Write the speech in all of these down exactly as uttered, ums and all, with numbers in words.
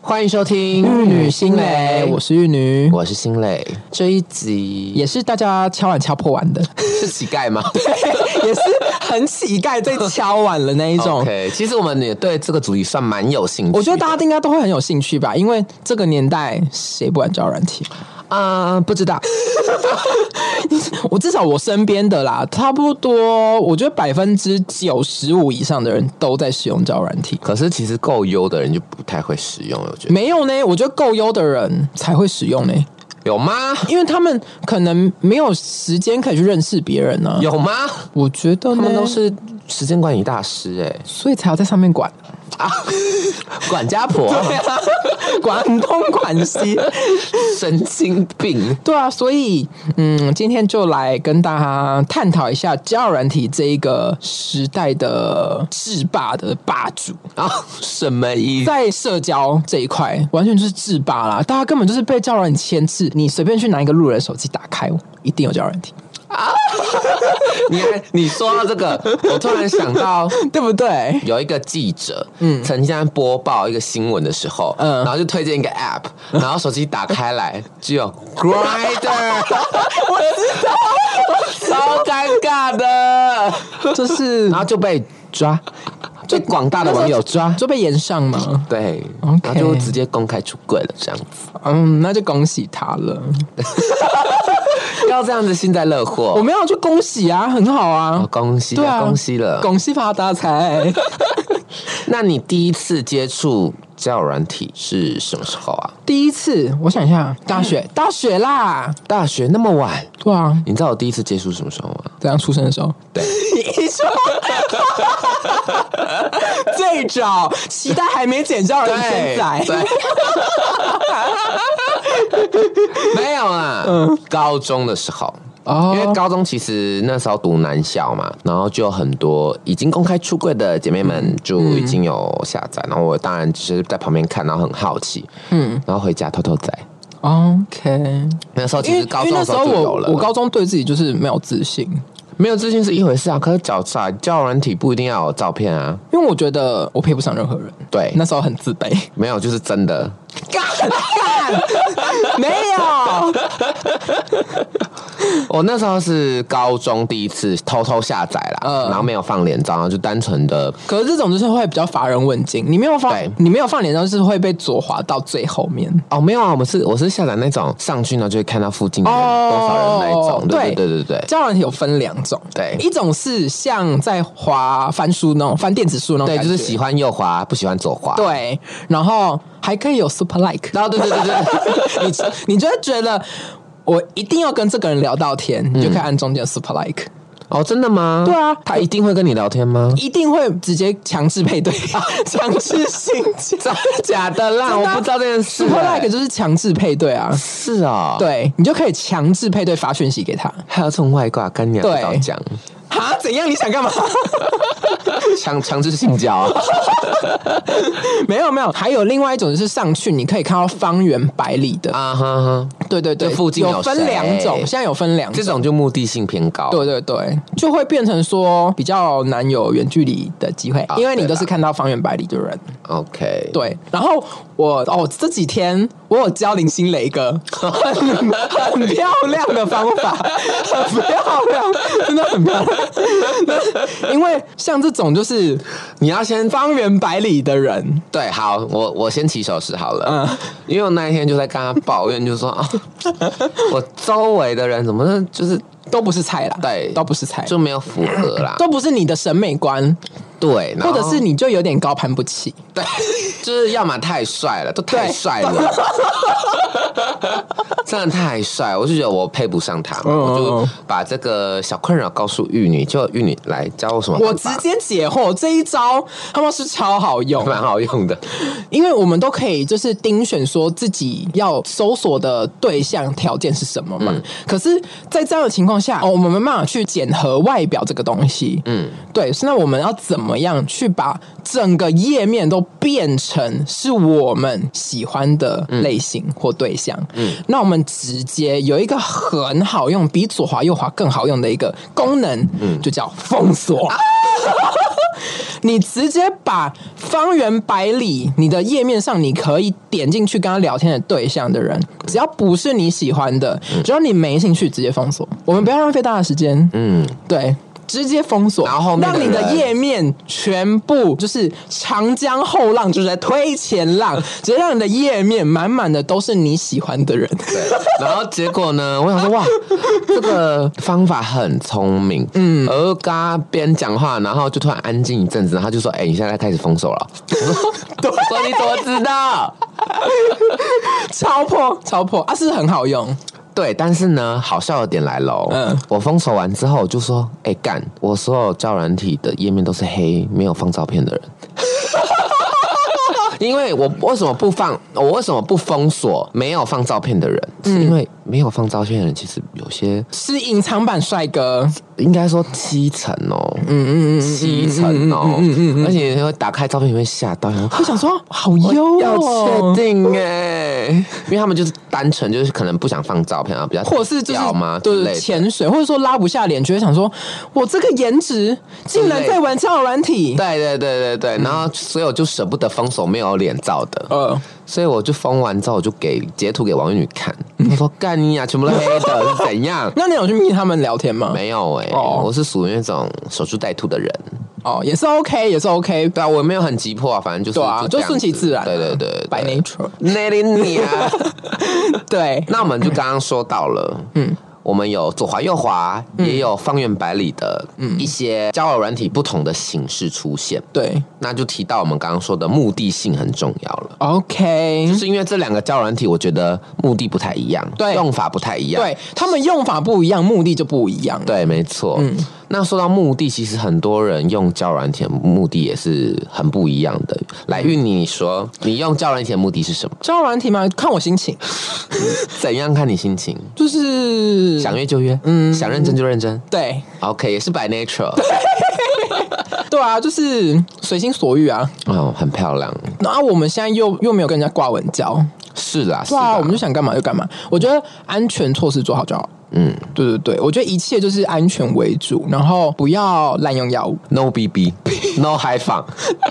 欢迎收听玉女心蕾，我是玉女， 我是心蕾。这一集也是大家敲碗敲破碗的， 是乞丐吗？ 对，也是很乞丐在敲碗的那一种。 OK， 其实我们也对这个主题算蛮有兴趣。 我觉得大家应该都会很有兴趣吧，因为这个年代谁不玩交友软体？ 啊、呃，不知道。 我至少我身边的啦，差不多，我觉得百分之九十五以上的人都在使用交友软体。 可是其实够优的人就不太会使用了，我觉得没有呢，我觉得够优的人才会使用呢。 有吗？ 因为他们可能没有时间可以去认识别人呢、啊。 有吗？ 我觉得他们都是时间管理大师哎、欸， 所以才要在上面管啊，管家婆， 对啊，管东管西， 神经病。 对啊，所以嗯，今天就来跟大家探讨一下交友软体这一个时代的制霸的霸主啊，什么意思？ 在社交这一块，完全就是制霸啦！大家根本就是被交友软体牵制，你随便去拿一个路人手机打开，一定有交友软体。 啊！你你说到这个，我突然想到， 对不对？ 有一个记者，嗯，曾经在播报一个新闻的时候，嗯，然后就推荐一个 app， 然后手机打开来只有 Grindr， 我知道， 超尴尬的， 就是， 然后就被抓。就广大的网友抓， 就被延上嘛。 对， okay. 然后就直接公开出柜了，这样子。 嗯，那就恭喜他了。 要这样子幸灾乐祸， 我们要去恭喜啊，很好啊， 哦、恭喜， 对啊， 恭喜了， 恭喜发大财。 那你第一次接触交友软体是什么时候啊？ 第一次，我想一下，大学，大学啦， 大学那么晚？ 对啊， 你知道我第一次接触什么时候吗？ 怎样出生的时候？ 对， 你说最早脐带还没剪掉的现在， 对，没有啦，嗯，高中的时候。哦，因为高中其实那时候读男校嘛，然后就有很多已经公开出柜的姐妹们就已经有下载，嗯、然后我当然只是在旁边看，然后很好奇，嗯，然后回家偷偷载。 OK， 那时候其实高中的时候就有了。 我我高中对自己就是没有自信， 没有自信是一回事啊，可是脚踩交友软体不一定要有照片啊， 因为我觉得我配不上任何人。 对， 那时候很自卑。 没有，就是真的。 干干没有。 我那时候是高中第一次偷偷下载啦，嗯、然后没有放脸照，然后就单纯的。 可是这种就是会比较乏人问津，你没有放，你没有放脸照，就是会被左滑到最后面。 哦，没有啊，我是我是下载那种上去呢就会看到附近的人、哦、多少人那一种。对对对对对， 交友软体有分两种， 对， 一种是像在滑翻书那种翻电子书那种对， 感觉， 就是喜欢右滑，不喜欢左滑。 对，然后还可以有 super like， 然后对对对对， 你你就会觉得。我一定要跟这个人聊到天，你就可以按中间的 super like。 哦，真的吗？ 对啊， 他一定会跟你聊天吗？ 一定会直接强制配对，强制性假的啦，我不知道这件事、欸。 super like 就是强制配对啊， 是啊、哦， 对你就可以强制配对发讯息给他， 还有这种外挂跟你不早讲。 啊？怎样？你想干嘛？ 强强制性交、啊？ 没有没有，还有另外一种就是上去你可以看到方圆百里的啊哈哈， 对对对， 附近有有分两种，现在有分两种， 这种就目的性偏高。 对对对，就会变成说比较难有远距离的机会，啊、因为你都是看到方圆百里的人。 OK， 对，然后我哦这几天我有教林心蕾一个很很漂亮的方法，很漂亮，真的很漂亮。因为像这种就是你要先方圆百里的人， 对，好，我我先起手式好了，嗯，因为我那一天就在跟他抱怨，就说啊，我周围的人怎么就是都不是菜啦， 对， 都不是菜， 就没有符合啦， 都不是你的审美观。 对， 或者是你就有点高攀不起， 对，就是要么太帅了，都太帅了，真的太帅，我就觉得我配不上他嘛，嗯、我就把这个小困扰告诉玉女，就玉女来教我什么？ 我直接解惑，这一招他们是超好用， 蛮好用的， 因为我们都可以就是丁选说自己要搜索的对象条件是什么嘛。嗯、可是，在这样的情况下，哦，我们没办法去检核外表这个东西，嗯，对，那我们要怎么？怎么样去把整个页面都变成是我们喜欢的类型或对象？嗯，那我们直接有一个很好用，比左滑右滑更好用的一个功能，嗯，就叫封锁。啊你直接把方圆百里你的页面上你可以点进去跟他聊天的对象的人，只要不是你喜欢的，只要你没兴趣，直接封锁。我们不要浪费大家的时间。嗯，对。直接封锁， 然后后面让你的页面全部就是长江后浪，就是在推前浪，直接让你的页面满满的都是你喜欢的人。 对，然后结果呢？我想说，哇，这个方法很聪明。嗯，而跟他边讲话，然后就突然安静一阵子，然后他就说：“哎、欸，你现在开始封锁了。”我说：“我说你怎么知道？” 超破，超破啊，是很好用。 对，但是呢，好笑的点来喽。嗯，我封锁完之后，我就说：“哎、欸，干！我所有交友软体的页面都是黑，没有放照片的人。”因为我为什么不放？我为什么不封锁没有放照片的人？嗯、是因为没有放照片的人，其实有些是隐藏版帅哥， 应该说七成哦，嗯嗯嗯，七成哦，嗯嗯嗯，而且会打开照片，你会吓到， 会想说好优哦， 要确定哎，因为他们就是单纯就是可能不想放照片啊，比较或者是就是吗？ 对潜水，或者说拉不下脸，就会想说我这个颜值竟然在玩交友软体， 对对对对对，然后所以我就舍不得封锁没有脸照的，嗯。所以我就封完之后，我就给截图给王玉女看。她说：“干你啊，全部都黑的，是怎样？” 那你有去密他们聊天吗？ 没有哎、欸哦，我是属于那种守株待兔的人。 哦，也是 OK， 也是 OK。 对啊，我没有很急迫啊，反正就是对啊，就顺其自然、啊。 对对对对 ，by nature。 那你啊， 对。 那我们就刚刚说到了，嗯。我们有左滑右滑，嗯、也有方圆百里的一些交友软体不同的形式出现。 对， 那就提到我们刚刚说的目的性很重要了。 OK， 就是因为这两个交友软体，我觉得目的不太一样，对，用法不太一样， 对，他们用法不一样，目的就不一样。 对，没错。嗯，那说到目的，其实很多人用交友软体的目的也是很不一样的。来，玉妮，你说你用交友软体的目的是什么？ 交友软体吗？看我心情。 怎样看你心情？ 就是想约就约，嗯，想认真就认真。 对 ，OK， 也是 by nature。 对啊，就是随心所欲啊。 哦，很漂亮。 然后我们现在又又没有跟人家挂稳交。 是啦， 对啊，我们就想干嘛就干嘛。我觉得安全措施做好就好。嗯，对对对，我觉得一切就是安全为主，然后不要滥用药物 ，No B B，No 嗨放，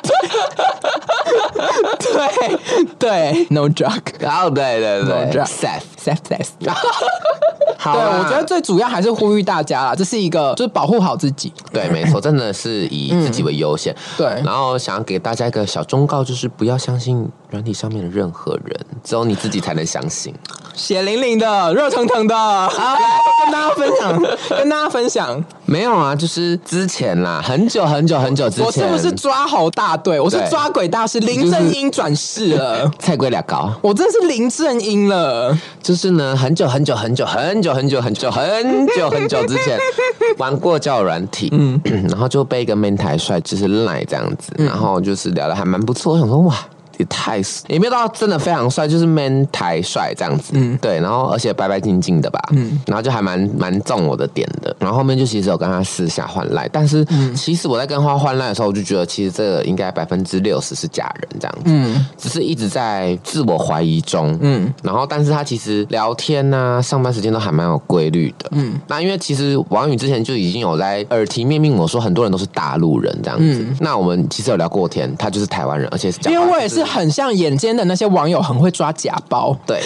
对对 ，No drug， 哦对对对 ，No drug，safe safe safe。对，我觉得最主要还是呼吁大家啦，这是一个就是保护好自己。 对，没错，真的是以自己为优先。嗯、 对， 然后想要给大家一个小忠告，就是不要相信软体上面的任何人，只有你自己才能相信。 血淋淋的，热腾腾的，啊、跟大家分享，跟大家分享。 没有啊，就是之前啦，很久很久很久之前， 我是不是抓猴大队？我是抓鬼大师林正英转世了， 菜龟俩高， 我真的是林正英了。 就是呢，很久很久很久很久很久很久很久很久之前玩过交友软体，嗯，然后就被一个 man 台帅就是赖这样子，嗯、然后就是聊得还蛮不错，我想说哇。也太也没有到真的非常帅，就是 man 台帅这样子，嗯，对，然后而且白白净净的吧，嗯，然后就还蛮蛮中我的点的，然后后面就其实有跟他私下换赖，但是其实我在跟他换赖的时候，我就觉得其实这个应该百分之六十是假人这样子，嗯，只是一直在自我怀疑中，嗯，然后但是他其实聊天啊，上班时间都还蛮有规律的，嗯，那因为其实王宇之前就已经有在耳提面命我说很多人都是大陆人这样子，嗯，那我们其实有聊过天，他就是台湾人，而且是因为我也是。很像眼尖的那些网友，很会抓假包。 对，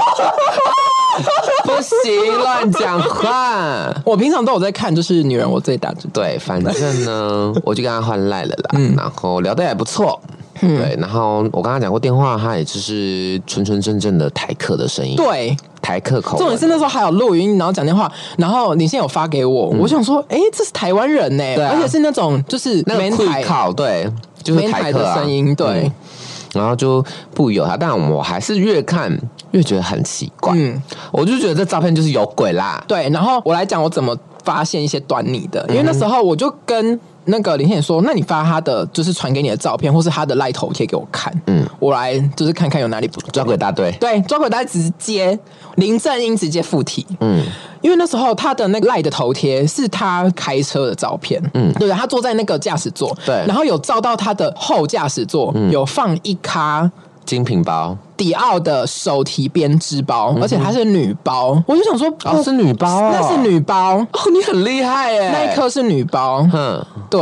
不行，乱讲话。 我平常都有在看，就是女人我最大只。 对，反正呢，我就跟他换赖了啦，嗯、然后聊得也不错。嗯、对，然后我跟他讲过电话，他也就是纯纯正正的台客的声音。 对。 台客口， 重点是那时候还有录音，然后讲电话，然后你现在有发给我，嗯、我想说，哎，这是台湾人呢、欸，啊、而且是那种就是那个会考，对，就是台客、啊、 的声音，对。嗯然后就不由他，但我还是越看越觉得很奇怪。嗯，我就觉得这照片就是有鬼啦。 对，然后我来讲我怎么发现一些端倪的，因为那时候我就跟那个林天说，那你发他的就是传给你的照片，或是他的赖头贴给我看，嗯，我来就是看看有哪里不对。 抓鬼大队， 对，抓鬼大队直接林正英直接附体，嗯。因为那时候他的那个赖的头贴是他开车的照片，嗯，对，他坐在那个驾驶座， 对， 然后有照到他的后驾驶座，嗯、有放一咖精品包， 迪奥的手提编织包，嗯、而且它是女包，我就想说， 哦，是女包、哦， 那是女包， 哦，你很厉害耶， 那一颗是女包，嗯，对。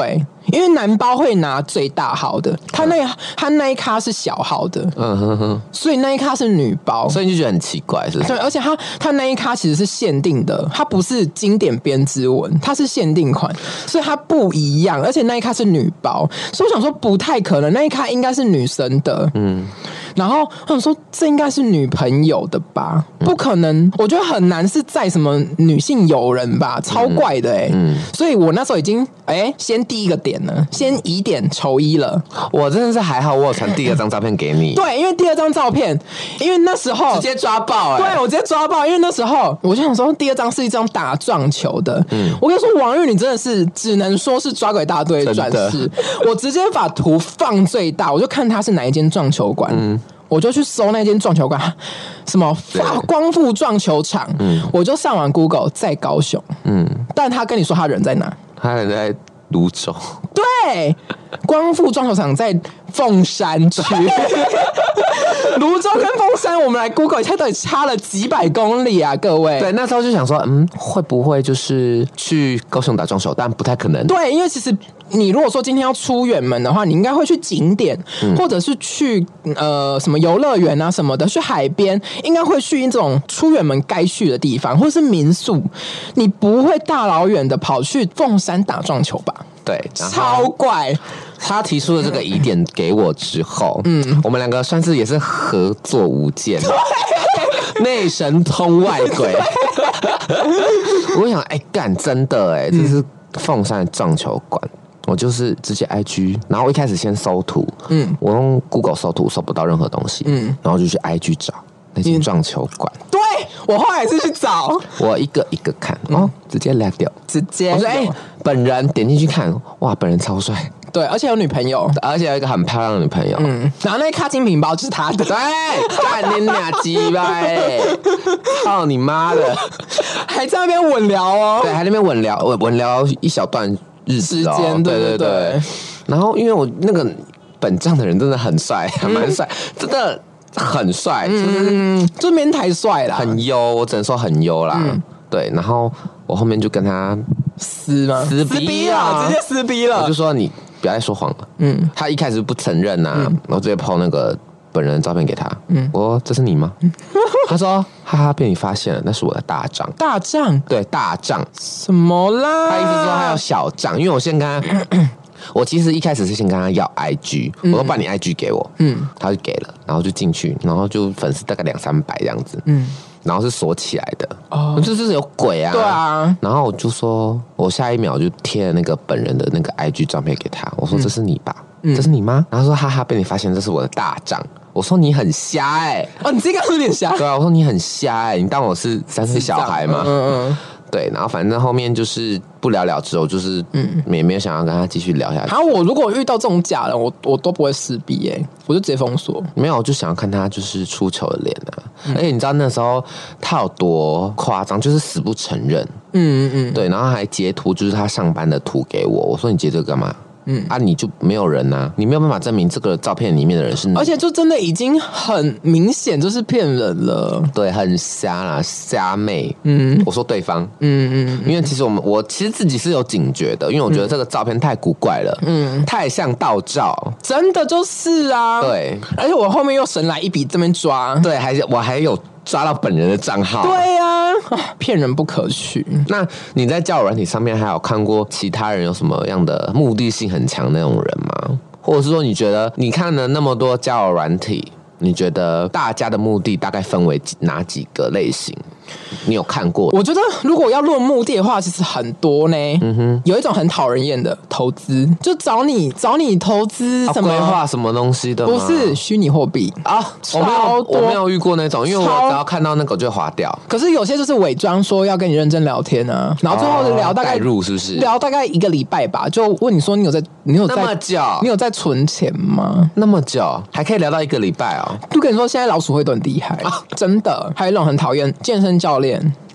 因为男包会拿最大号的，他那他那一咖是小号的，嗯哼哼，所以那一咖是女包， 所以你就觉得很奇怪，是不是？ 对，而且他他那一咖其实是限定的，它不是经典编织纹，它是限定款，所以它不一样，而且那一咖是女包，所以我想说不太可能，那一咖应该是女生的，嗯。然后我想说，这应该是女朋友的吧？不可能，我觉得很难是在什么女性友人吧，超怪的哎、欸。嗯，所以我那时候已经哎、欸，先第一个点了，先疑点筹一了。 我真的是还好，我有传第二张照片给你。 对，因为第二张照片，因为那时候直接抓爆哎、 欸，对我直接抓爆，因为那时候我就想说，第二张是一张打撞球的。嗯，我跟你说，王玉，你真的是只能说是抓鬼大队转世。我直接把图放最大，我就看他是哪一间撞球馆。嗯。我就去搜那间撞球馆，什么光复撞球场，嗯，我就上完 Google 在高雄，嗯，但他跟你说他人在哪？ 他人在泸州， 对，光复撞球场在凤山区，泸州跟凤山，我们来 Google 一下，到底差了几百公里啊，各位。 对，那时候就想说，嗯，会不会就是去高雄打撞球？但不太可能。 对，因为其实你如果说今天要出远门的话，你应该会去景点，嗯、或者是去呃什么游乐园啊什么的，去海边，应该会去一种出远门该去的地方，或是民宿。你不会大老远的跑去凤山打撞球吧？ 对， 超怪。 他提出了这个疑点给我之后，嗯，我们两个算是也是合作无间，内神通外鬼。我想，哎、欸，干，真的哎、欸，这是凤山撞球馆。我就是直接 I G， 然后我一开始先搜图，嗯，我用 Google 搜图搜不到任何东西，嗯，然后就去 I G 找那间撞球馆。 对，我后来也是去找， 我一个一个看，哦，直接拉掉， 直接。 我说，哎、欸，本人点进去看，哇，本人超帅。 对，而且有女朋友， 而且有一个很漂亮的女朋友。嗯， 然后那卡精品包就是他的。 对，干你俩鸡巴！操你妈的！ 还在那边稳聊哦。 对，还在那边稳聊，稳聊一小段日子、哦、 时间。对对 对, 对。 然后，因为我那个本账的人真的很帅，还蛮帅，真的很帅，就是嗯，就是面台帅啦， 很优，我只能说很优啦。嗯、对，然后我后面就跟他撕吗？ 撕逼了， 直接撕逼了。 我就说你不要再说谎了。嗯，他一开始不承认呐、啊，嗯、然后直接 po 那个本人的照片给他。嗯，我说这是你吗？嗯、他说哈哈，被你发现了，那是我的大账。 大账？ 对，大账。 什么啦？ 他意思说他要小账，因为我先跟他。我其实一开始是先跟他要 I G，、嗯、我说把你 I G 给我，嗯，他就给了，然后就进去，然后就粉丝大概两三百这样子，嗯，然后是锁起来的，哦，这是有鬼啊， 对啊， 然后我就说，我下一秒就贴了那个本人的那个 I G 照片给他，我说这是你吧，嗯、这是你吗？然后说哈哈，被你发现这是我的大账。我说你很瞎哎、欸， 哦，你这个有点瞎， 对啊，我说你很瞎哎、欸，你当我是三岁小孩吗？嗯嗯。对，然后反正后面就是不了了之，我就是嗯，也没有想要跟他继续聊下去。 然后我如果遇到这种假人，我我都不会撕逼耶，我就直接封锁。 没有，我就想要看他就是出糗的脸啊！嗯、而且你知道那时候他有多夸张，就是死不承认。嗯嗯嗯，对，然后还截图就是他上班的图给我，我说你截这个干嘛？嗯啊，你就没有人啊，你没有办法证明这个照片里面的人是你， 而且就真的已经很明显就是骗人了， 对，很瞎啦，瞎妹。嗯，我说对方，嗯嗯，因为其实我们我其实自己是有警觉的，因为我觉得这个照片太古怪了，嗯，太像盗照， 真的就是啊， 对， 而且我后面又神来一笔这边抓， 对，还我还有抓到本人的账号， 对呀、啊，骗人不可取。 那你在交友软体上面还有看过其他人有什么样的目的性很强那种人吗？或者是说你觉得你看了那么多交友软体，你觉得大家的目的大概分为哪几个类型？你有看过？ 我觉得如果要论目的的话，其实很多呢。嗯哼，有一种很讨人厌的投资，就找你找你投资什么规划什么东西的吗？ 不是虚拟货币啊，我没有我没有遇过那种，因为我只要看到那个就会滑掉。 可是有些就是伪装说要跟你认真聊天啊，然后最后聊大概、 哦、代入是不是？ 聊大概一个礼拜吧，就问你说你有在你有在那么久， 你有在存钱吗？ 那么久还可以聊到一个礼拜哦。 就跟你说现在老鼠会都很厉害、啊，真的。还有一种很讨厌健身教练。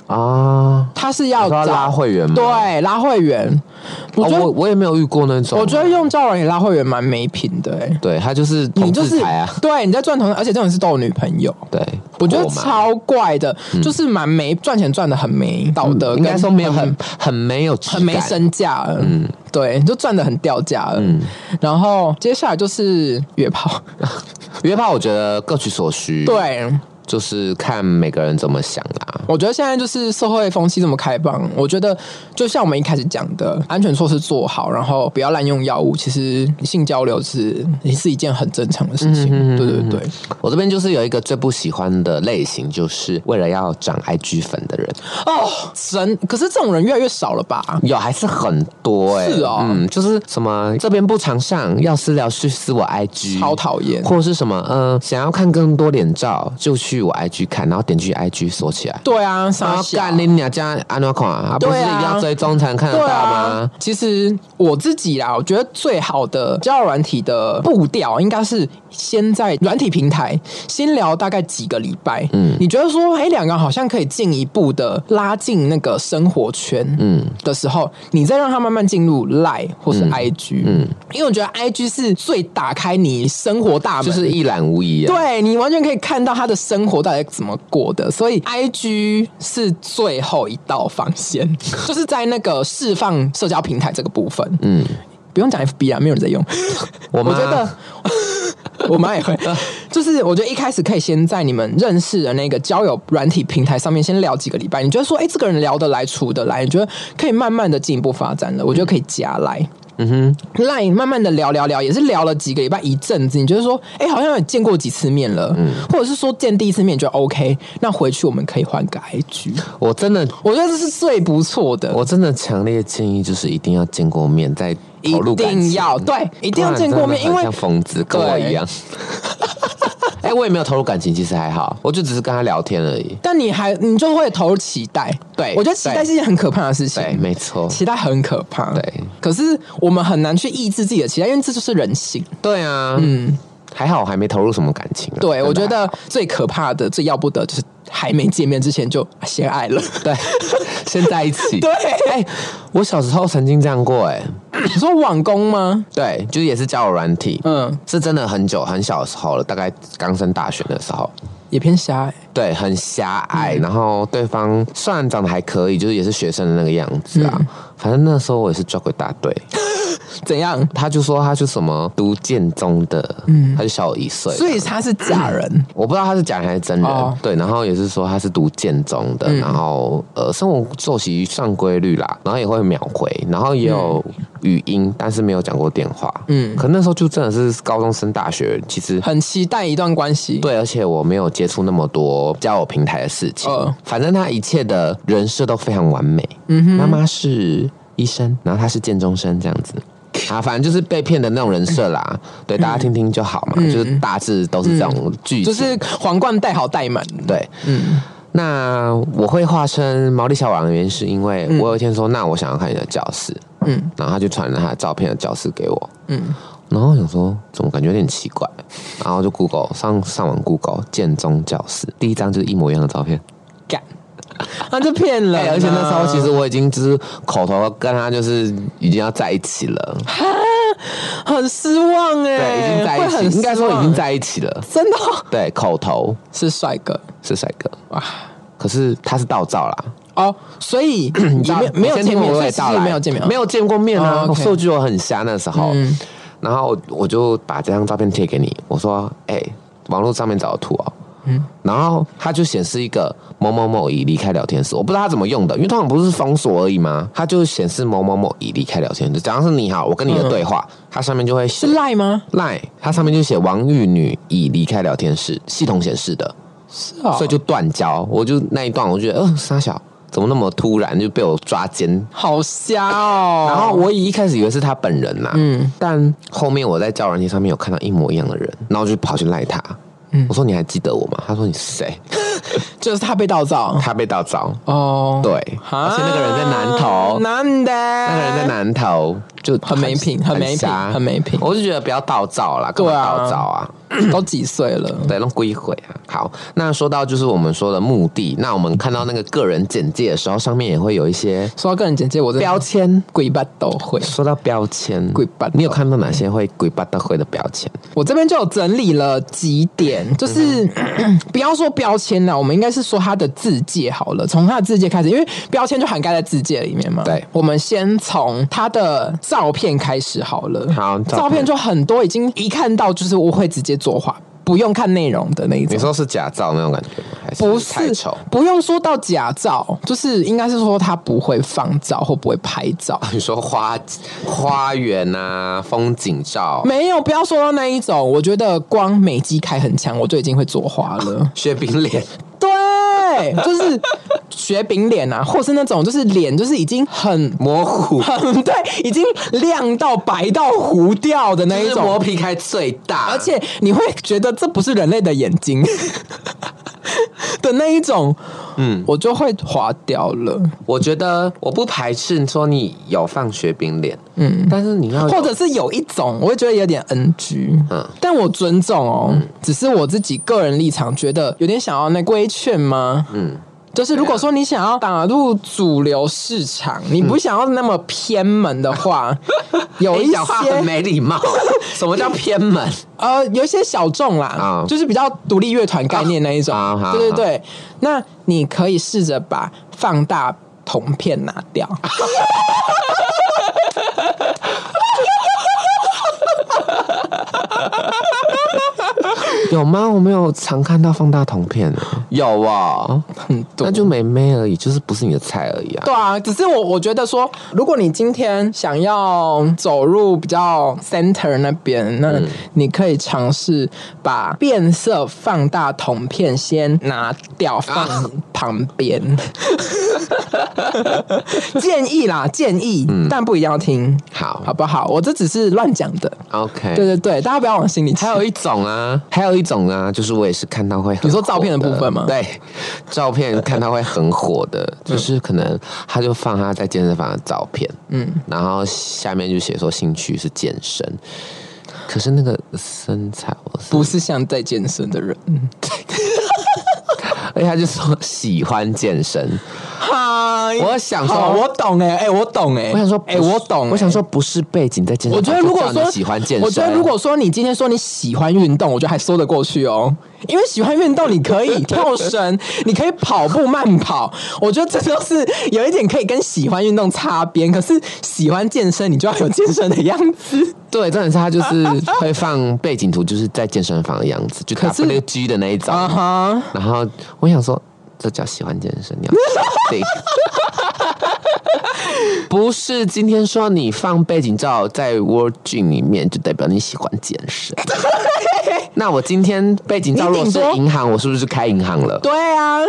啊， 他是要找拉会员吗？ 对，拉会员。我觉得、 哦、我, 我也没有遇过那种。 我觉得用交友软体拉会员蛮没品的、欸， 对他就是同志财啊， 你就是对你在赚同，而且这种是都有女朋友， 对， 我觉得超怪的，嗯、就是蛮没赚钱赚的很没道德， 嗯、应该说没有很很没有很没身价，嗯，对，就赚的很掉价了。嗯，然后接下来就是约炮， 约炮我觉得各取所需， 对。 就是看每个人怎么想啦。 我觉得现在就是社会风气这么开放，我觉得就像我们一开始讲的，安全措施做好，然后不要滥用药物，其实性交流是是一件很正常的事情。嗯、对对对， 我这边就是有一个最不喜欢的类型，就是为了要涨 I G 粉的人。 哦，神！可是这种人越来越少了吧？ 有还是很多哎、欸。 是哦， 嗯，就是什么这边不常上，要私聊去私我 I G， 超讨厌。 或者是什么嗯、呃，想要看更多脸照就去我 I G 看，然后点去 I G 锁起来。 对啊， 然后干你娘家安怎看啊？不是一定要追踪才能看得到吗？ 啊、其实我自己啦，我觉得最好的交友软体的步调应该是先在软体平台先聊大概几个礼拜。嗯，你觉得说，哎，两个人好像可以进一步的拉近那个生活圈，嗯的时候，你再让他慢慢进入 Line 或是 I G， 嗯，因为我觉得 I G 是最打开你生活大门， 就是一览无遗啊。 对，你完全可以看到他的生活到底怎么过的，所以 I G 是最后一道防线，就是在那个释放社交平台这个部分，嗯，不用讲 F B 啊，没有人在用。 我, 我觉得我妈也会，就是我觉得一开始可以先在你们认识的那个交友软体平台上面先聊几个礼拜，你觉得说，哎、欸，这个人聊得来、处得来，你觉得可以慢慢的进一步发展了，我觉得可以加来。嗯哼 ，Line 慢慢的聊聊聊，也是聊了几个礼拜一阵子，你觉得说，哎、欸，好像有见过几次面了，嗯，或者是说见第一次面就 OK， 那回去我们可以换个 I G。 我真的， 我觉得这是最不错的。 我真的强烈建议，就是一定要见过面再投入感情， 一定要对，一定要见过面，因为像疯子跟我一样。哎、欸，我也没有投入感情，其实还好，我就只是跟他聊天而已。 但你还，你就会投入期待。对，我觉得期待是一件很可怕的事情。 对，没错， 期待很可怕。 对， 可是我们很难去抑制自己的期待，因为这就是人性。 对啊，嗯，还好我还没投入什么感情、啊。 对，我觉得最可怕的、最要不得就是还没见面之前就先爱了。 对，先在一起。 对， 哎、欸，我小时候曾经这样过、欸，哎， 你说网公吗？ 对，就是也是交友软体，嗯，是真的很久很小的时候了，大概刚升大学的时候。 也偏狭隘， 对，很狭隘、嗯。然后对方虽然长得还可以，就是也是学生的那个样子啊。嗯、反正那时候我也是抓鬼大队。 怎样？ 他就说他是什么读建中的，嗯，他就小我一岁， 所以他是假人。 嗯、我不知道他是假人还是真人。哦、对，然后也是说他是读建中的，嗯、然后呃，生活作息算规律啦，然后也会秒回，然后也有语音，嗯、但是没有讲过电话。嗯，可那时候就真的是高中升大学，其实很期待一段关系。 对，而且我没有接触那么多交友平台的事情，呃、反正他一切的人设都非常完美。嗯哼，妈妈是医生，然后他是建中生这样子。啊，反正就是被骗的那种人设啦，对，大家听听就好嘛，嗯、就是大致都是这种剧情， 就是皇冠戴好戴满， 对，嗯。那我会化身毛利小五郎的原因是因为我有一天说，那我想要看你的教室，嗯，然后他就传了他的照片的教室给我，嗯，然后我想说怎么感觉有点奇怪，然后就 Google 上上网 Google 建中教室，第一张就是一模一样的照片， 干。那就骗了、 欸，而且那时候其实我已经就是口头跟他就是已经要在一起了， 很失望哎、欸， 对，已经在一起，应该说已经在一起了， 真的， 对，口头是帅哥， 是帅哥哇，可是他是盗照啦。 哦，所以也没有没有见面，所以其实没有见面， 没有见过面啊。 哦 okay、 数据我很瞎那时候，嗯、然后我就把这张照片贴给你，我说，哎、欸，网络上面找的图哦。嗯，然后他就显示一个某某某已离开聊天室，我不知道他怎么用的，因为通常不是封锁而已吗？他就显示某某某已离开聊天室，假如是你好，我跟你的对话，它、嗯、上面就会写是 Line 吗 ？Line， 它上面就写王玉女已离开聊天室，系统显示的， 是啊、哦， 所以就断交。我就那一段，我觉得，呃，傻小。怎么那么突然就被我抓奸？ 好瞎哦！ 然后我一开始以为是他本人呐，嗯，但后面我在交友软件上面有看到一模一样的人，然后我就跑去赖他，嗯，我说你还记得我吗？他说你是谁？ 就是他被盗照， 他被盗照哦， 对，而且那个人在南投， 难的， 那个人在南投，就很没品，很没品，很没品。 我就觉得不要盗照啦，干嘛盗照啊？ 都几岁了？ 对，弄归回啊。好，那说到就是我们说的目的，那我们看到那个个人简介的时候，上面也会有一些说到个人简介，我标签， 鬼巴都会。 说到标签， 鬼巴， 你有看到哪些会鬼巴都会的标签？ 我这边就有整理了几点，就是、嗯、不要说标签啦，我们应该是说他的字界好了，从他的字界开始，因为标签就涵盖在字界里面嘛。 对， 我们先从他的照片开始好了。 好，照片, 照片就很多，已经一看到就是我会直接作画。不用看内容的那一种， 你说是假照那种感觉吗？还是不是太丑？ 不用说到假照，就是应该是说他不会放照或不会拍照。 你说花花园啊，风景照没有，不要说到那一种。我觉得光美肌开很强，我就已经会作画了。 雪饼脸， 对，就是雪饼脸啊，或是那种就是脸就是已经很模糊， 很对，已经亮到白到糊掉的那一种， 就是磨皮开最大， 而且你会觉得这不是人类的眼睛的那一种，嗯，我就会划掉了。 我觉得我不排斥说你有放雪饼脸，嗯，但是你要或者是有一种，我会觉得有点 N G， 嗯，但我尊重哦，嗯、只是我自己个人立场，觉得有点想要那规劝吗？嗯。就是如果说你想要打入主流市场，你不想要那么偏门的话，嗯、有一些很没礼貌。什么叫偏门？ 呃，有一些小众啦，哦、就是比较独立乐团概念那一种。哦、对对对，那你可以试着把放大铜片拿掉。 有吗？我没有常看到放大铜片。有啊，那就妹妹而已，就是不是你的菜而已啊。 对啊，只是我我觉得说，如果你今天想要走入比较 center 那边，那你可以尝试把变色放大铜片先拿掉，放旁边。啊、建议啦，建议，嗯、但不一定要听， 好， 好不好？我这只是乱讲的。 OK， 对对对，大家不要往心里去。 还有一种啊，还有一种啊，就是我也是看到会很火的， 你说照片的部分吗？ 对，照片看到会很火的，就是可能他就放他在健身房的照片，嗯，然后下面就写说兴趣是健身，可是那个身材我是不是像在健身的人， 而且他就说喜欢健身。我想说， 我懂哎、欸，哎、欸，我懂哎、欸， 我想说， 哎、欸，我懂、欸， 我想说，不是背景在健身房。 我觉得如果说喜欢健身， 我觉得如果说你今天说你喜欢运动，我觉得还说得过去哦。因为喜欢运动，你可以跳绳，你可以跑步慢跑，我觉得这都是有一点可以跟喜欢运动擦边。可是喜欢健身，你就要有健身的样子。 对，重点是他就是会放背景图，就是在健身房的样子，就打那个 G 的那一种。Uh-huh. 然后我想说，这叫喜欢健身，你要确定。不是今天说你放背景照在 World Gym 里面，就代表你喜欢健身。那我今天背景照如果是银行，我是不是开银行了？ 对啊。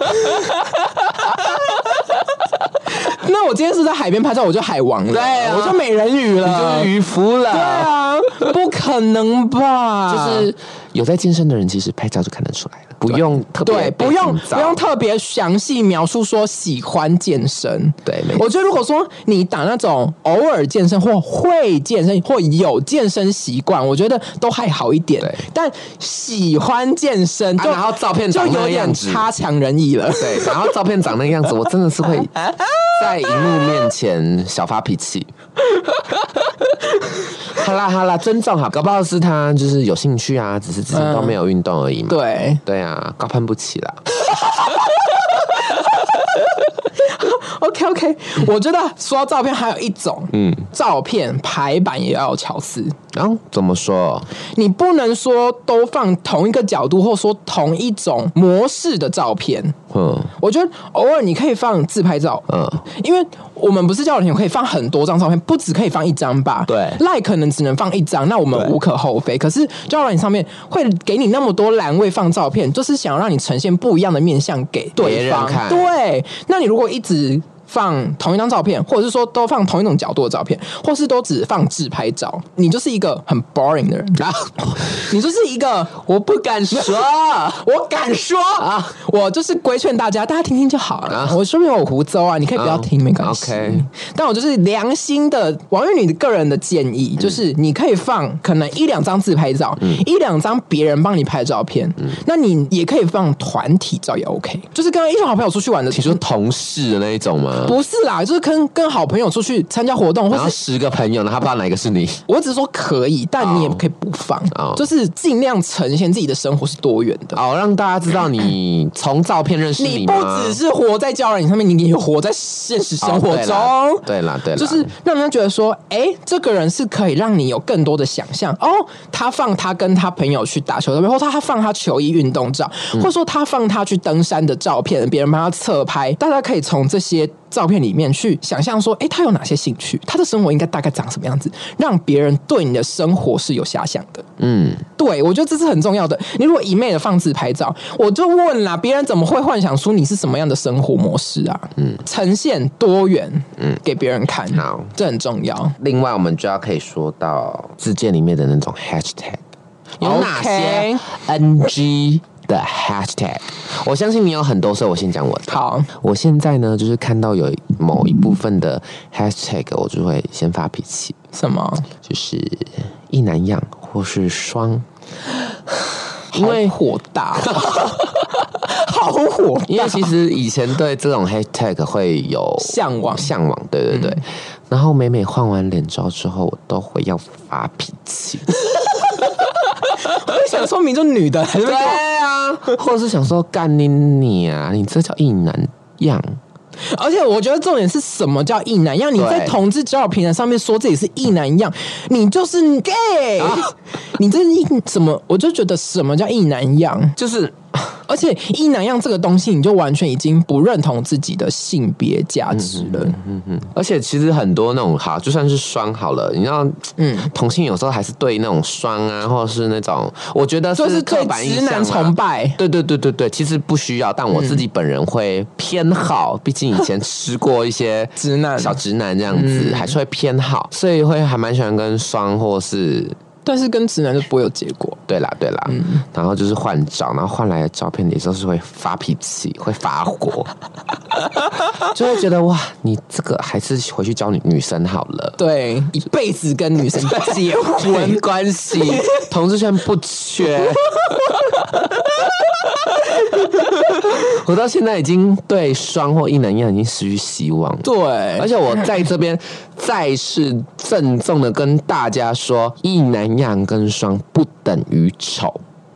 那我今天是在海边拍照，我就海王了， 对啊， 我就美人鱼了， 你就是渔夫了。 对啊，不可能吧？ 就是有在健身的人，其实拍照就看得出来了。不用特别对，不用不用特别详细描述说喜欢健身。 对， 我觉得如果说你打那种偶尔健身或会健身或有健身习惯，我觉得都还好一点。 对， 但喜欢健身就、 啊，然后照片长那个样子， 就有点差强人意了。 对，然后照片长那个样子，我真的是会在荧幕面前小发脾气。好啦好啦，尊重好，搞不好是他就是有兴趣啊，只是之前都没有运动而已嘛。 嗯、对对啊，高攀不起啦。 OK OK， 我觉得说到照片还有一种，嗯，照片排版也要有巧思。 然后、啊、怎么说？ 你不能说都放同一个角度，或说同一种模式的照片。嗯，我觉得偶尔你可以放自拍照，嗯，因为我们不是交友软件可以放很多张照片，不只可以放一张吧？ 对， 赖可能只能放一张，那我们无可厚非。可是交友软件上面会给你那么多栏位放照片，就是想要让你呈现不一样的面向给对方看。对，那你如果一直放同一张照片，或者是说都放同一种角度的照片，或是都只放自拍照，你就是一个很 boring 的人啊！你就是一个我不敢说， 我敢说啊！我就是规劝大家，大家听听就好了。啊、我说不定有胡诌啊，你可以不要听，嗯、没关系。 OK， 但我就是良心的王玉女的个人的建议，就是你可以放可能一两张自拍照，嗯、一两张别人帮你拍的照片，嗯、那你也可以放团体照也 OK， 就是跟一群好朋友出去玩的。 你说同事的那一种吗？ 不是啦，就是跟跟好朋友出去参加活动，或是十个朋友，他不知道哪个是你。 我只是说可以，但你也可以不放， oh. 就是尽量呈现自己的生活是多元的， 哦，让大家知道你从照片认识你吗？ 你不只是活在交友软件上面，你也活在现实生活中。 哦、对啦，对啦， 就是让人家觉得说，哎、欸，这个人是可以让你有更多的想象。哦，他放他跟他朋友去打球的照片，或他放他球衣运动照，嗯、或者说他放他去登山的照片，别人帮他侧拍，大家可以从这些照片里面去想象说，哎、欸，他有哪些兴趣，他的生活应该大概长什么样子，让别人对你的生活是有遐想的。嗯，对，我觉得这是很重要的。你如果一昧的放自拍照，我就问啦，别人怎么会幻想出你是什么样的生活模式啊？嗯，呈现多元，嗯，给别人看，好，这很重要。 另外，我们就要可以说到字界里面的那种 hashtag， 有哪些 N G 的 hashtag？ 我相信你有很多，所以我先讲我的。 好， 我现在呢，就是看到有某一部分的 hashtag， 我就会先发脾气。 什么？ 就是一男样或是双。 因为火大，好火大！ 因为其实以前对这种 hashtag 会有向往， 向往，对对对。嗯、然后每每换完脸照之后，我都会要发脾气。 我想说明就女的， 对啊，或者是想说干你你啊，你这叫一男样。 而且我觉得重点是什么叫异男样？你在同志交友平台上面说自己是异男样，你就是 gay，、啊、你这是什么？我就觉得什么叫异男样， 就是。 而且异男样这个东西，你就完全已经不认同自己的性别价值了。嗯嗯嗯。而且其实很多那种好，就算是双好了，你知道，嗯，同性有时候还是对那种双啊，或者是那种，我觉得是刻板印象、啊， 直男崇拜。 对对对对对，其实不需要，但我自己本人会偏好，毕竟以前吃过一些直男、 小直男这样子，嗯、还是会偏好，所以会还蛮喜欢跟双或是。 但是跟直男就不会有结果。 对啦，对啦，嗯、然后就是换照，然后换来的照片也都是会发脾气，会发火，就会觉得哇，你这个还是回去交女女生好了。 对，一辈子跟女生结婚关系，同志圈不缺。我到现在已经对双或一男一样已经失去希望。 对， 而且我在这边再次郑重的跟大家说，一男样跟双不等于丑。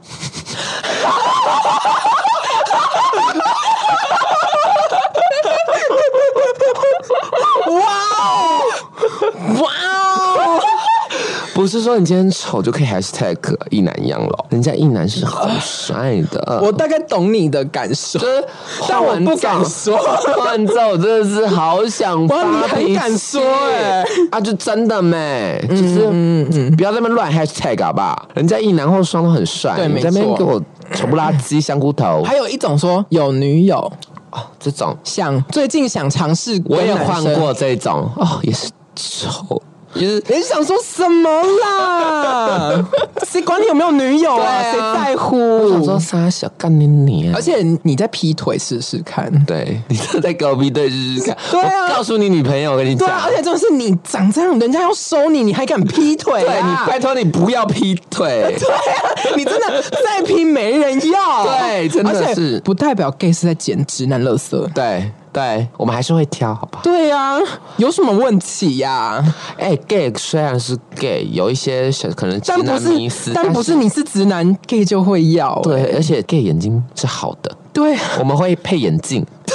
哇哦，哇哦！ 不是说你今天丑就可以 hashtag 一男一样了，人家一男是好帅的。 我大概懂你的感受，就是但我不敢说。 换照我真的是好想发脾气， 你很敢说哎、欸、 啊，就真的咩，就是嗯嗯，不要在那边乱 hashtag 好不好？人家一男或双都很帅， 对， 你在那边给我丑不拉几香菇头。 还有一种说有女友。 哦，这种想最近想尝试， 我也换过这种哦，也是丑。 也是你想说什么啦？谁管你有没有女友啊？谁、啊、在乎？ 我想说傻小干你你、啊， 而且你在劈腿试试看， 对，你在跟我劈腿试试看。 对啊， 我告诉你女朋友，我跟你讲， 对啊，而且真的是你长这样，人家要收你，你还敢劈腿、啊？ 对，你拜托你不要劈腿。 对啊，你真的再劈没人要。 对，真的是不代表 gay 是在捡直男垃圾。 对。对，我们还是会挑，好不好？ 对呀、啊，有什么问题呀、啊？ 哎、欸、，gay 虽然是 gay， 有一些可能直男迷思， 但不是你是直男 gay 就会要、欸。 对，而且 gay 眼睛是好的。 对， 我们会配眼镜。 对，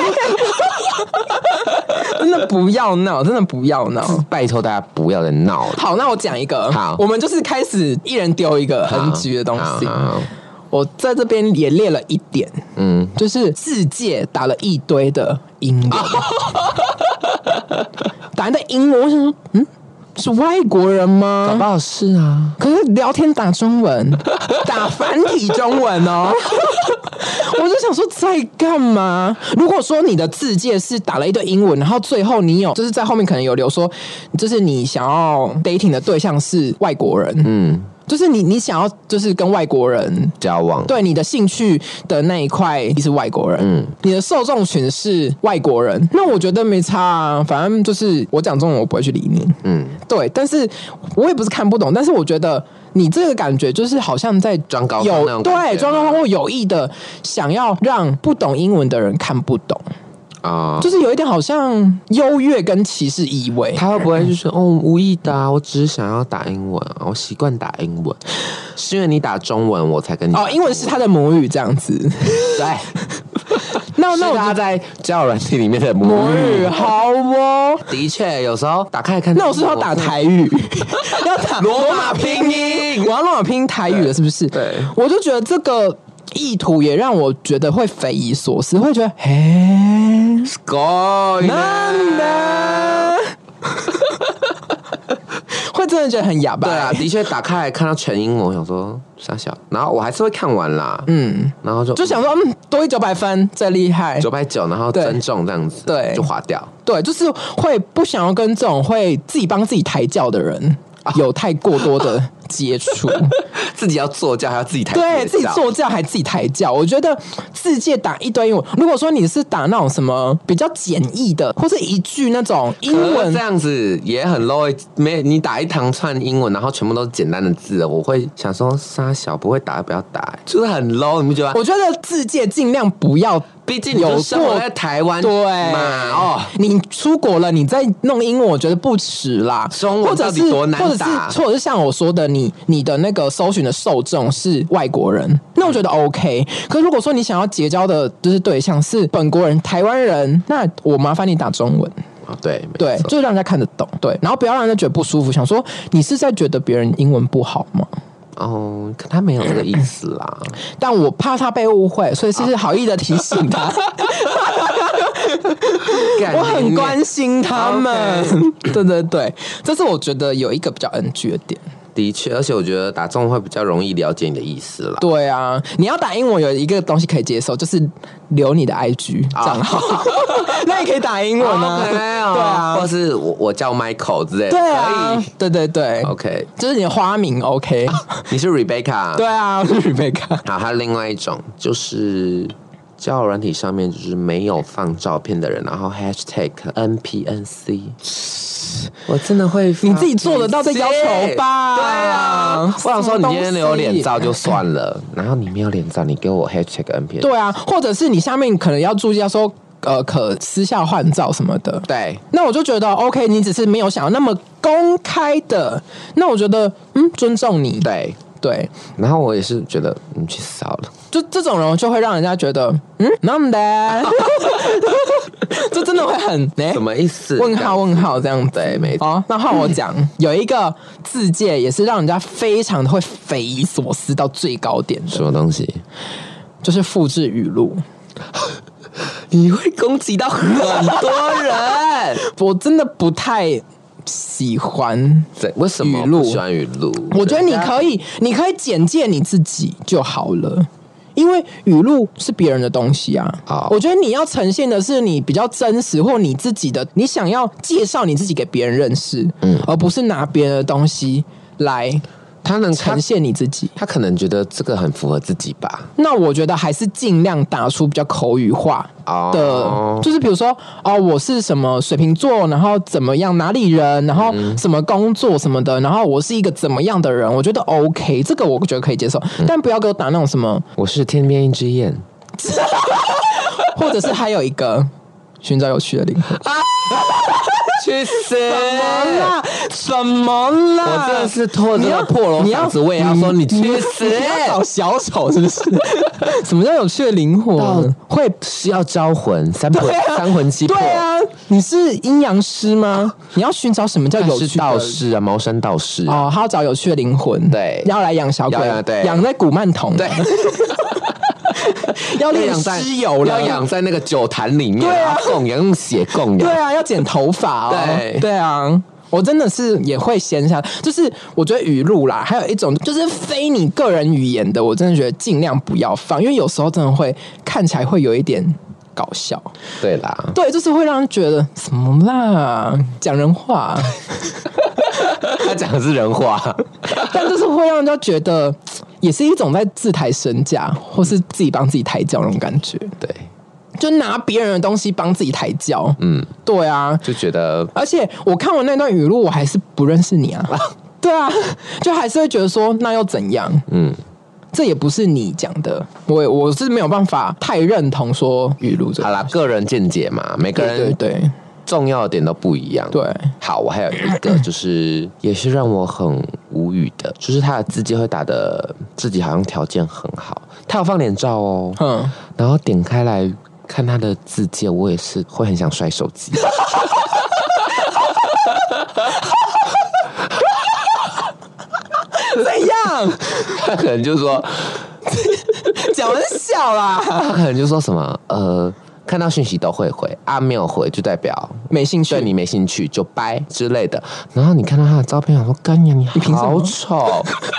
真的不要闹，真的不要闹， 拜托大家不要再闹了。 好，那我讲一个， 好， 我们就是开始一人丢一个很局的东西。我在这边也列了一点，嗯，就是字界打了一堆的英文，打的英文，我想说，嗯，是外国人吗？ 搞不好是啊， 可是聊天打中文，打繁体中文哦， 我就想说在干嘛？如果说你的字界是打了一堆英文，然后最后你有就是在后面可能有留说，就是你想要 dating 的对象是外国人，嗯。就是你，你想要就是跟外国人交往， 对你的兴趣的那一块你是外国人，嗯，你的受众群是外国人，那我觉得没差啊，反正就是我讲中文我不会去理你，嗯，对，但是我也不是看不懂，但是我觉得你这个感觉就是好像在装高有对装高方或有意的想要让不懂英文的人看不懂。Uh, 就是有一点好像优越跟歧视意味， 他会不会就是哦无意的啊？我只是想要打英文，我习惯打英文，是因为你打中文我才跟你哦，英文是他的母语这样子， 对。 那那我他在交友软件里面的母语， 语好哦。 的确，有时候打开看， 那我是要打台语，要打罗马拼音， 我要罗马拼音台语了，是不是？ 对， 我就觉得这个意图也让我觉得会匪夷所思，会觉得嘿， すごいなんだ会真的觉得很哑巴。 对啊，的确打开来看到全英文，我想说傻小，然后我还是会看完啦，嗯，然后就就想说，嗯，多一九百分，最厉害， 九百九，然后增重这样子， 对， 就划掉。 对，就是会不想要跟这种会自己帮自己抬轿的人有太过多的接触， 自己要坐轿还要自己抬， 对自己坐轿还自己抬轿。我觉得字界打一堆英文，如果说你是打那种什么比较简易的，或是一句那种英文， 这样子也很 low。没你打一长串英文，然后全部都是简单的字，我会想说沙小不会打不要打，就是很 low， 你不觉得？ 我觉得字界尽量不要。 毕竟有生活在台湾， 对嘛哦， 你出国了，你再弄英文，我觉得不迟啦。 中文到底多难打？ 或者是，或者是像我说的，你你的那个搜寻的受众是外国人，那我觉得 OK。可如果说你想要结交的就是对象是本国人、台湾人，那我麻烦你打中文。 哦、对对，就是让人家看得懂。对，然后不要让人家觉得不舒服，想说你是在觉得别人英文不好吗？ 哦，可他没有这个意思啦， 但我怕他被误会，所以是好意的提醒他。我很关心他们， okay. 对对对，这是我觉得有一个比较 N G 的点。 的确，而且我觉得打中文会比较容易了解你的意思啦。 对啊，你要打英文有一个东西可以接受，就是留你的 I G 账号，那你可以打英文啊， okay, 对啊， 或是我我叫 Michael 之类的， 对啊， 可以， 对对对 ，OK， 就是你的花名 OK， 你是 Rebecca， 对啊，我是 Rebecca。 好，还有另外一种就是交友软体上面就是没有放照片的人，然后 hashtag N P N C。我真的会， 你自己做得到这要求吧？ 对啊，我想说你今天有脸照就算了，然后你没有脸照，你给我 hashtag N P N C。 对啊，或者是你下面可能要注意到说，呃，可私下换照什么的。 对， 那我就觉得 OK， 你只是没有想要那么公开的，那我觉得嗯，尊重你。 对对， 然后我也是觉得你去死好了。 就这种人就会让人家觉得嗯，那么的，这真的会很、欸、 什么意思？ 问号问号这样子。 对，没错。 哦，那换我讲，有一个字界也是让人家非常的会匪夷所思到最高点的。 什么东西？ 就是复制语录。 你会攻击到很多人， 我真的不太喜欢。 为什么不喜欢语录？ 我觉得你可以，你可以简介你自己就好了。因为语录是别人的东西啊， oh. 我觉得你要呈现的是你比较真实或你自己的，你想要介绍你自己给别人认识，嗯，而不是拿别人的东西来。他能呈现你自己， 他可能觉得这个很符合自己吧。 那我觉得还是尽量打出比较口语化的， oh. 就是比如说哦，我是什么水瓶座，然后怎么样哪里人，然后什么工作什么的，然后我是一个怎么样的人，我觉得 OK， 这个我觉得可以接受，嗯、但不要给我打那种什么我是天边一只雁， 或者是还有一个寻找有趣的灵魂。 去死！ 什么啦？什么啦？ 我真的是拖着这个破锣嗓子，我也要说你去死！ 你要找小丑是不是？什么叫有趣的灵魂？ 会是要招魂，三魂、啊、三魂七魄。 对啊，你是阴阳师吗？你要寻找什么叫有趣的？ 是道士啊，茅山道士、啊、 哦，他要找有趣的灵魂， 对， 要来养小鬼，养在古曼童， 对。 要练尸油了， 要养在那个酒坛里面， 对啊， 供养用血供养， 对啊，要剪头发哦， 对对啊， 我真的是也会先下，就是我觉得语录啦，还有一种就是非你个人语言的，我真的觉得尽量不要放，因为有时候真的会看起来会有一点搞笑。 对啦， 对，就是会让人觉得什么啦，讲人话。 他讲的是人话， 但就是会让人家觉得也是一种在自抬身价，或是自己帮自己抬轿那种感觉。 对， 就拿别人的东西帮自己抬轿。嗯，对啊， 就觉得， 而且我看完那段语录，我还是不认识你啊。对啊，就还是会觉得说，那又怎样？嗯，这也不是你讲的，我我是没有办法太认同说语录这个。 好啦，个人见解嘛，每个人对对对。 重要的点都不一样。 对， 好，我还有一个就是也是让我很无语的，就是他的字迹会打的自己好像条件很好，他有放脸照哦，嗯，然后点开来看他的字迹，我也是会很想摔手机。 怎样？ 他可能就说讲得笑啦， 他可能就说什么呃。看到讯息都会回啊，没有回就代表没兴趣， 对你没兴趣就掰之类的。然后你看到他的照片，想说干呀，你好丑，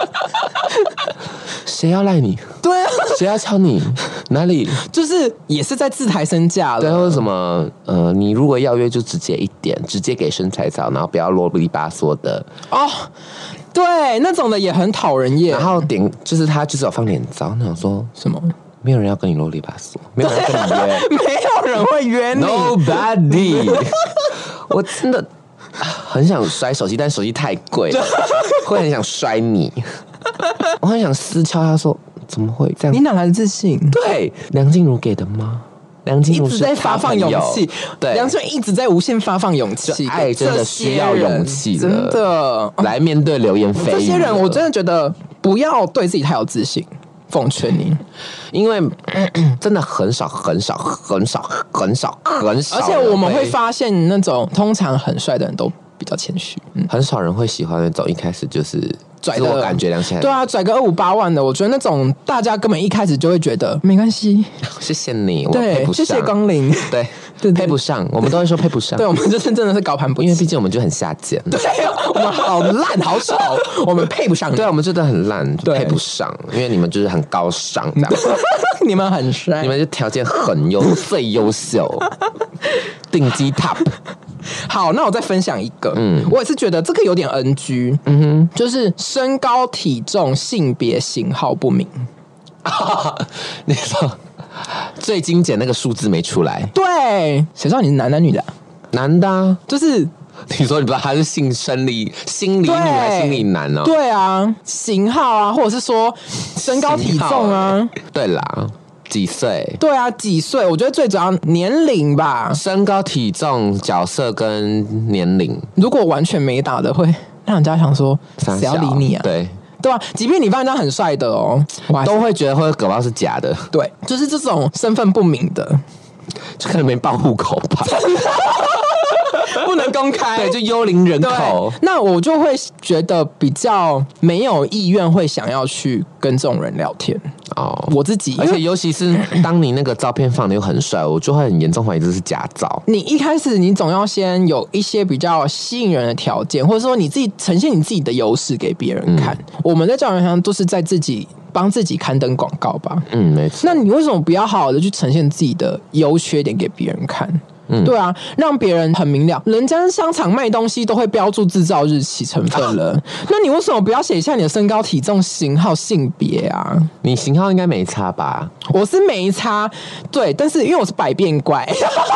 谁要赖你？ 对啊， 谁要敲你？哪里？ 就是也是在自抬身价了。 对，或者什么呃，你如果要约就直接一点，直接给身材照，然后不要啰里吧嗦的哦。对，那种的也很讨人厌。 然后点就是他就是有放脸照，那种说什么？ 没有人要跟你啰里吧嗦，没有人要跟你约， 没有人会约你 ，Nobody。我真的很想摔手机，但手机太贵了，会很想摔你。我很想私敲他说，怎么会这样？ 你哪来的自信？ 对，梁静茹给的吗？梁静茹一直在发放勇气，对，梁静茹一直在无限发放勇气。 爱真的需要勇气， 真的来面对流言蜚语。 这些人，我真的觉得不要对自己太有自信。奉劝你， 因为真的很少很少很少很少很少， 而且我们会发现，那种通常很帅的人都比较谦虚， 嗯，很少人会喜欢那种一开始就是拽的，我感觉良心对啊，拽个二五八万的，我觉得那种大家根本一开始就会觉得没关系， 谢谢你，我对， 配不上， 谢谢光临， 对。对，配不上，我们都会说配不上。 对，我们就是真的是高攀不起， 因为毕竟我们就很下贱。 对，我们好烂好丑，我们配不上。 对，我们真的很烂，配不上。因为你们就是很高尚，这样。 你们很帅， 你们就条件很优，最优秀，顶级 top。 好，那我再分享一个，嗯，我也是觉得这个有点 N G， 嗯哼，就是身高、体重、性别、型号不明。 你说。最精简那个数字没出来， 对，谁知道你是男的女的？ 男的、啊， 就是你说你不知道他是性生理、心理女还是心理男哦？ 对啊，型号啊，或者是说身高体重啊？ 对啦，几岁？ 对啊，几岁？我觉得最主要年龄吧， 身高、体重、角色跟年龄。 如果完全没打的，会让人家想说谁要理你啊？ 对。 对吧、啊？即便你发现他很帅的哦， 都会觉得会搞不好是假的。 对，就是这种身份不明的， 就可能没报户口吧， 不能公开。 对，就幽灵人口。 那我就会觉得比较没有意愿会想要去跟这种人聊天哦。我自己， 而且尤其是当你那个照片放的又很帅，我就会很严重怀疑这是假照。 你一开始你总要先有一些比较吸引人的条件，或者说你自己呈现你自己的优势给别人看。嗯、我们在交友上都是在自己帮自己刊登广告吧。 嗯，没错。 那你为什么不要好好的去呈现自己的优缺点给别人看？嗯，对啊，让别人很明了，人家商场卖东西都会标注制造日期、成分了，啊、那你为什么不要写下你的身高、体重、型号、性别啊？ 你型号应该没差吧？ 我是没差，对，但是因为我是百变怪。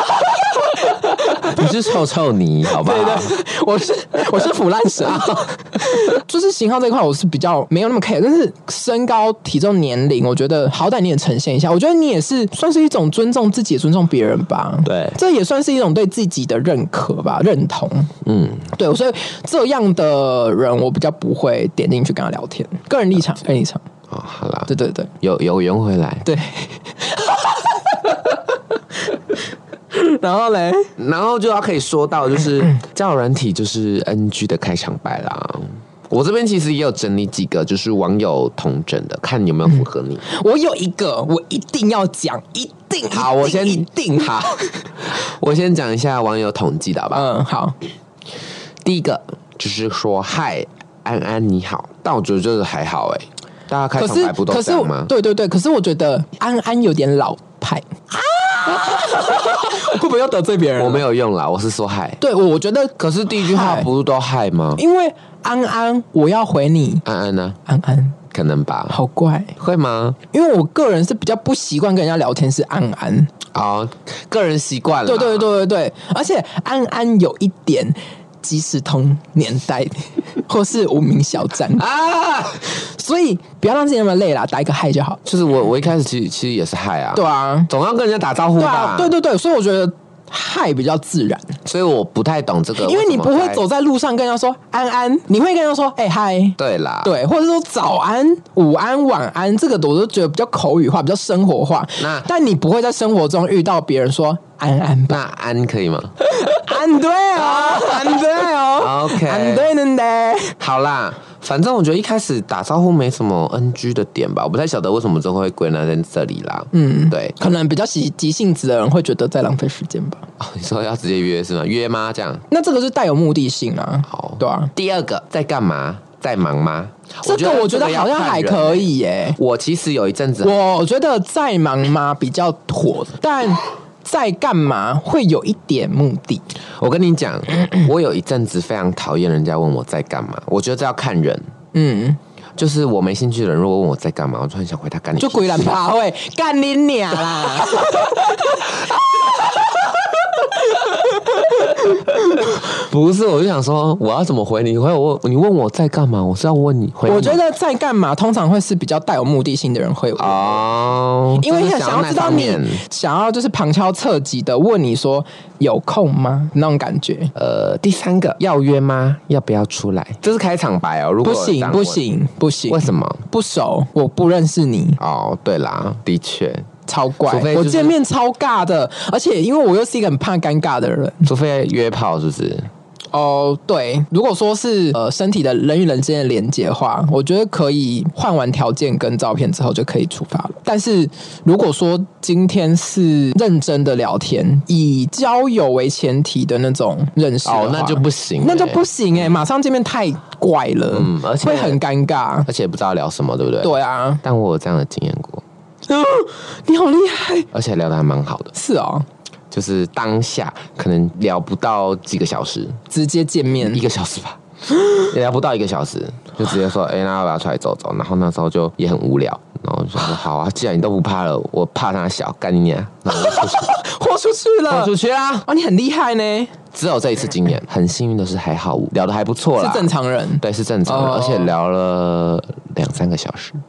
你是臭臭泥，好不好？ 对对，我是我是腐烂神，就是型号这一块我是比较没有那么 care， 但是身高、体重、年龄，我觉得好歹你也呈现一下，我觉得你也是算是一种尊重自己、尊重别人吧。 对， 这也算是一种对自己的认可吧，认同。嗯，对，所以这样的人我比较不会点进去跟他聊天。个人立场，个人立场。 哦，好啦， 对对对， 有有缘回来。 对。然后嘞， 然后就要可以说到，就是交友软体就是 N G 的开场白啦。我这边其实也有整理几个，就是网友统整的，看有没有符合你。 嗯、我有一个，我一定要讲，一定好，我先一定好，我先讲一下网友统计的好吧？ 嗯，好。 第一个就是说嗨安安你好，但我觉得就是还好哎、欸，大家开场白不都这样吗？ 对对对，可是我觉得安安有点老派啊，会不会要得罪别人？ 我没有用啦，我是说嗨。 对，我觉得， 可是第一句话不是都嗨吗？ 因为安安，我要回你安安呢？ 安安。 可能吧， 好怪， 会吗？ 因为我个人是比较不习惯跟人家聊天是安安， 哦，个人习惯了。 对对对对对，而且安安有一点即时通年代，或是无名小站啊，所以不要让自己那么累啦，打一个嗨就好。 就是我我一开始其实其实也是嗨啊， 对啊， 总要跟人家打招呼吧， 对啊，对对对，所以我觉得。嗨比较自然， 所以我不太懂这个， 因为你不会走在路上跟人家说安安，你会跟人家说哎嗨、欸， 对啦， 对，或者说早安、午安、晚安，这个我都觉得比较口语化，比较生活化。那但你不会在生活中遇到别人说安安吧？ 那安可以吗？ 安对哦，安对哦 ，OK， 安对的呢。 好啦。反正我觉得一开始打招呼没什么 N G 的点吧，我不太晓得为什么这会归纳在这里啦。嗯，对， 可能比较急急性子的人会觉得在浪费时间吧。 哦，你说要直接约是吗？约吗？这样？ 那这个是带有目的性啊。 好， 对啊。 第二个在干嘛？在忙吗？ 这个我觉得好像还可以耶、欸。 我其实有一阵子， 我觉得在忙吗比较妥，但。在干嘛会有一点目的？ 我跟你讲，我有一阵子非常讨厌人家问我在干嘛，我觉得这要看人。嗯，就是我没兴趣的人，如果问我在干嘛，我就很想回他干你， 就鬼懒爬会干你娘啦！ 不是，我就想说，我要怎么回你？回我，你问我在干嘛？我是要问你回你。 我觉得在干嘛，通常会是比较带有目的性的人会问哦，因为想要知道你想要就是旁敲侧击的问你说有空吗？那种感觉。 呃，第三个要约吗？要不要出来？这是开场白哦。如果不行不行不行， 为什么？ 不熟，我不认识你。 哦，对啦，的确。 超怪， 就是、 我见面超尬的，而且因为我又是一个很怕尴尬的人， 除非约炮，是不是？ 哦，对，如果说是呃身体的人与人之间的连结的话，我觉得可以换完条件跟照片之后就可以出发了。但是如果说今天是认真的聊天，以交友为前提的那种认识的话， 哦，那就不行、欸， 那就不行哎、欸，马上见面太怪了，嗯，而且会很尴尬， 而且不知道聊什么，对不对？ 对啊， 但我有这样的经验过。 哦、你好厉害， 而且聊得还蛮好的。 是哦， 就是当下可能聊不到几个小时， 直接见面一个小时吧，也聊不到一个小时，就直接说，哎、欸，那要不要出来走走？然后那时候就也很无聊，然后就说好啊，既然你都不怕了，我怕他小，干你娘，然后就出去， 豁出去了， 豁出去啦！ 哦，你很厉害呢。 只有这一次经验，很幸运的是还好，聊得还不错啦， 是正常人， 对，是正常人，哦、而且聊了两三个小时。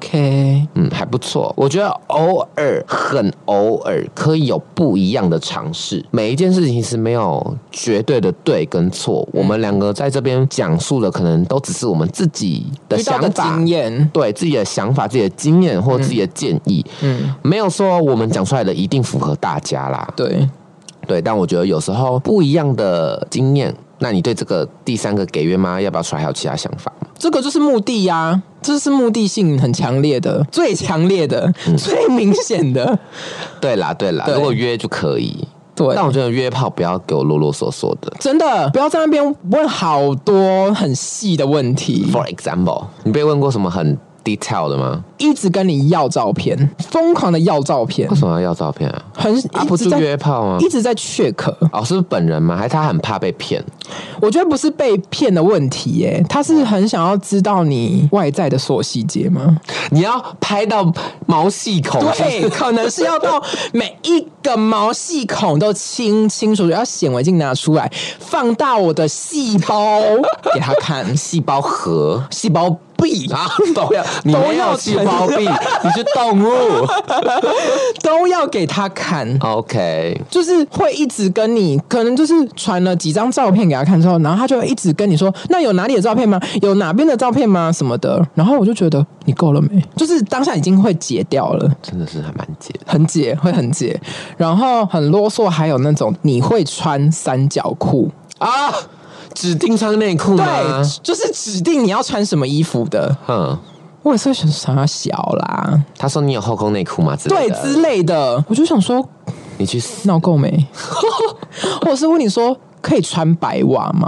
OK， 嗯，还不错。我觉得偶尔，很偶尔可以有不一样的尝试。每一件事情是没有绝对的对跟错。嗯、我们两个在这边讲述的，可能都只是我们自己的想法、 经验， 对自己的想法、自己的经验或自己的建议。嗯，没有说我们讲出来的一定符合大家啦。 对， 对，但我觉得有时候不一样的经验。那你对这个第三个给约吗？要不要出来？还有其他想法吗？ 这个就是目的呀、啊，这是目的性很强烈的、最强烈的、嗯、最明显的。 对啦，对啦，对如果约就可以。 对， 但我觉得约炮不要给我啰啰嗦嗦的， 真的不要在那边问好多很细的问题。 For example， 你被问过什么很detail 的吗？ 一直跟你要照片，疯狂的要照片。 为什么要要照片啊？ 很啊，不是约炮吗？ 一直在check。 哦，是不是本人吗？还是他很怕被骗？ 我觉得不是被骗的问题耶，他是很想要知道你外在的所有细节吗？ 你要拍到毛细孔？ 对，可能是要到每一个毛细孔都清清楚楚，要显微镜拿出来，放大我的细胞给他看， 细胞核、 细胞壁啊，都要，你没有细胞壁，你是动物， 都要给他看。 OK， 就是会一直跟你，可能就是传了几张照片给他看之后，然后他就会一直跟你说，那有哪里的照片吗？有哪边的照片吗？什么的。然后我就觉得你够了没？就是当下已经会解掉了， 真的是还蛮解的， 很解，会很解。然后很啰嗦，还有那种你会穿三角裤啊？指定穿内裤吗？ 对，就是指定你要穿什么衣服的。嗯，我也是想想要小啦。 他说你有后空内裤吗？之类的对之类的，我就想说你去闹够没？或者是问你说可以穿白袜吗？